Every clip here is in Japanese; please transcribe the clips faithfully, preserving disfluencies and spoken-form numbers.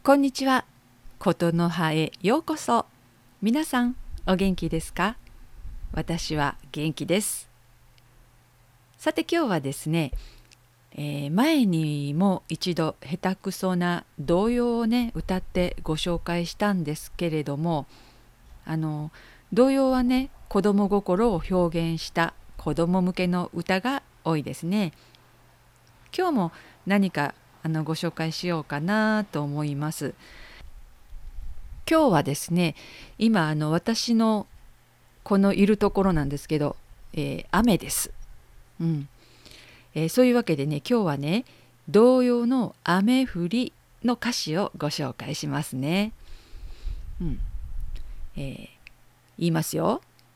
こんにちは。ことの葉へようこそ。皆さんお元気ですか？私は元気です。さて今日はですね、えー前にも一度下手くそな童謡をね歌ってご紹介したんですけれども、あの童謡はね子供心を表現した子供向けの歌が多いですね。今日も何かあのご紹介しようかなと思います。今日はですね、今あの私のこのいるところなんですけど、えー雨です。うんえーそういうわけでね、今日はね、童謡の雨降りの歌詞をご紹介しますね。うんえー言いますよ。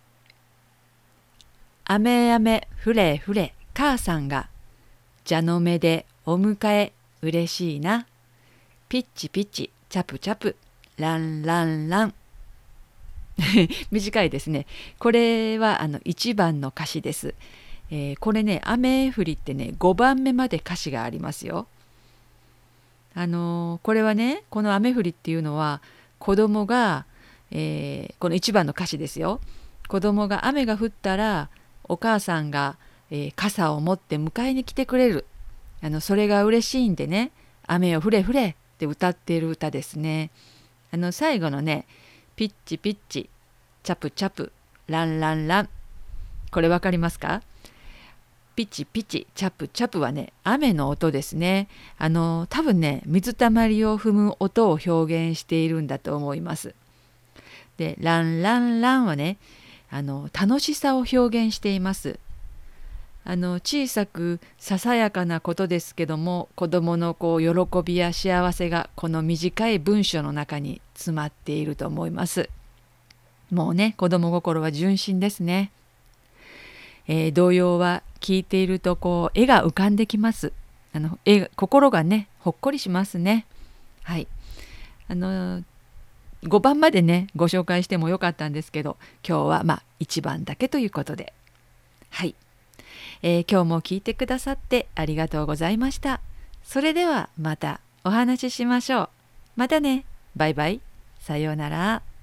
雨雨降れ降れ母さんが蛇の目でお迎え嬉しいな。ピッチピッチチャプチャプランランラン。短いですね。これはあのいちばんの歌詞です。えーこれね、雨降りってね、ごばんめまで歌詞がありますよ。あのーこれはね、この雨降りっていうのは子供が、えーこのいちばんの歌詞ですよ。子供が雨が降ったらお母さんが、えー傘を持って迎えに来てくれる。あのそれが嬉しいんでね、雨を降れ降れって歌っている歌ですね。あの最後のね、ピッチピッチチャプチャプランランラン、これわかりますか？ピチピチチャプチャプはね、雨の音ですね。あの多分ね、水たまりを踏む音を表現しているんだと思います。でランランランはね、あの楽しさを表現しています。あの小さくささやかなことですけども、子どものこう喜びや幸せがこの短い文章の中に詰まっていると思います。もうね、子ども心は純真ですね。えー童謡は聞いているとこう絵が浮かんできます。あの絵が心がねほっこりしますね。はい。あのごばんまでねご紹介してもよかったんですけど、今日はまあいちばんだけということで、はい。えー今日も聞いてくださってありがとうございました。それではまたお話ししましょう。またね。バイバイ。さようなら。